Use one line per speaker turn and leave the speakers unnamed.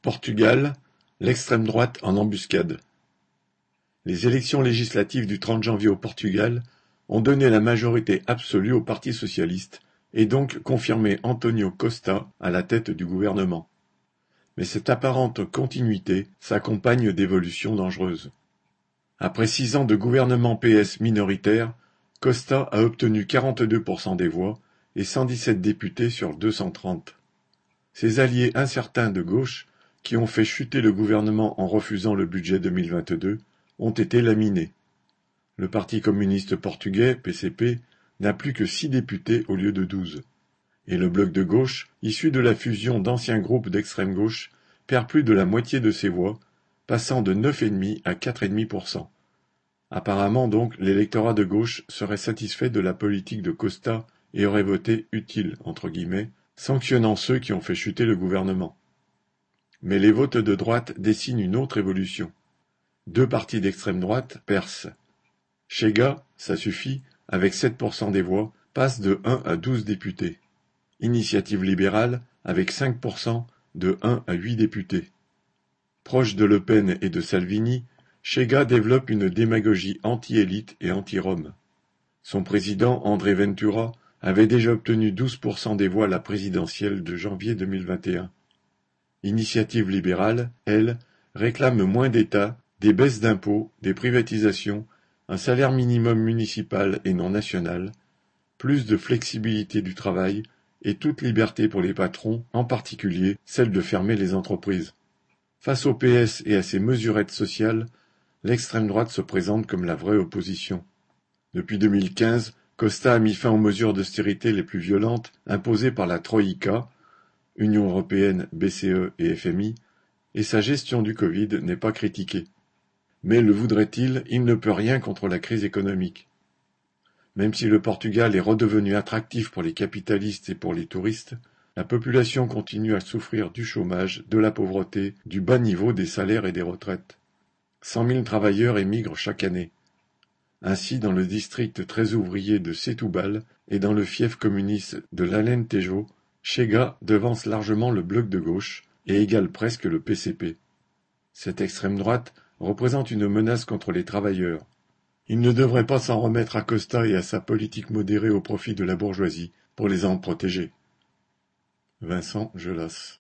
Portugal, l'extrême droite en embuscade. Les élections législatives du 30 janvier au Portugal ont donné la majorité absolue au Parti socialiste et donc confirmé António Costa à la tête du gouvernement. Mais cette apparente continuité s'accompagne d'évolutions dangereuses. Après 6 ans de gouvernement PS minoritaire, Costa a obtenu 42% des voix et 117 députés sur 230. Ses alliés incertains de gauche, qui ont fait chuter le gouvernement en refusant le budget 2022, ont été laminés. Le Parti communiste portugais, PCP, n'a plus que 6 députés au lieu de 12. Et le bloc de gauche, issu de la fusion d'anciens groupes d'extrême gauche, perd plus de la moitié de ses voix, passant de 9,5 à 4,5%. Apparemment donc, l'électorat de gauche serait satisfait de la politique de Costa et aurait voté « utile » entre guillemets, sanctionnant ceux qui ont fait chuter le gouvernement. Mais les votes de droite dessinent une autre évolution. 2 partis d'extrême droite percent. Chega, ça suffit, avec 7% des voix, passe de 1 à 12 députés. Initiative libérale, avec 5%, de 1 à 8 députés. Proche de Le Pen et de Salvini, Chega développe une démagogie anti-élite et anti-Rome. Son président, André Ventura, avait déjà obtenu 12% des voix à la présidentielle de janvier 2021. Initiative libérale, elle, réclame moins d'État, des baisses d'impôts, des privatisations, un salaire minimum municipal et non national, plus de flexibilité du travail et toute liberté pour les patrons, en particulier celle de fermer les entreprises. Face au PS et à ses mesurettes sociales, l'extrême droite se présente comme la vraie opposition. Depuis 2015, Costa a mis fin aux mesures d'austérité les plus violentes imposées par la Troïka, Union européenne, BCE et FMI, et sa gestion du Covid n'est pas critiquée. Mais le voudrait-il, il ne peut rien contre la crise économique. Même si le Portugal est redevenu attractif pour les capitalistes et pour les touristes, la population continue à souffrir du chômage, de la pauvreté, du bas niveau des salaires et des retraites. 100 000 travailleurs émigrent chaque année. Ainsi, dans le district très ouvrier de Setúbal et dans le fief communiste de l'Alentejo, Chega devance largement le bloc de gauche et égale presque le PCP. Cette extrême droite représente une menace contre les travailleurs. Il ne devrait pas s'en remettre à Costa et à sa politique modérée au profit de la bourgeoisie pour les en protéger. Vincent Gelas.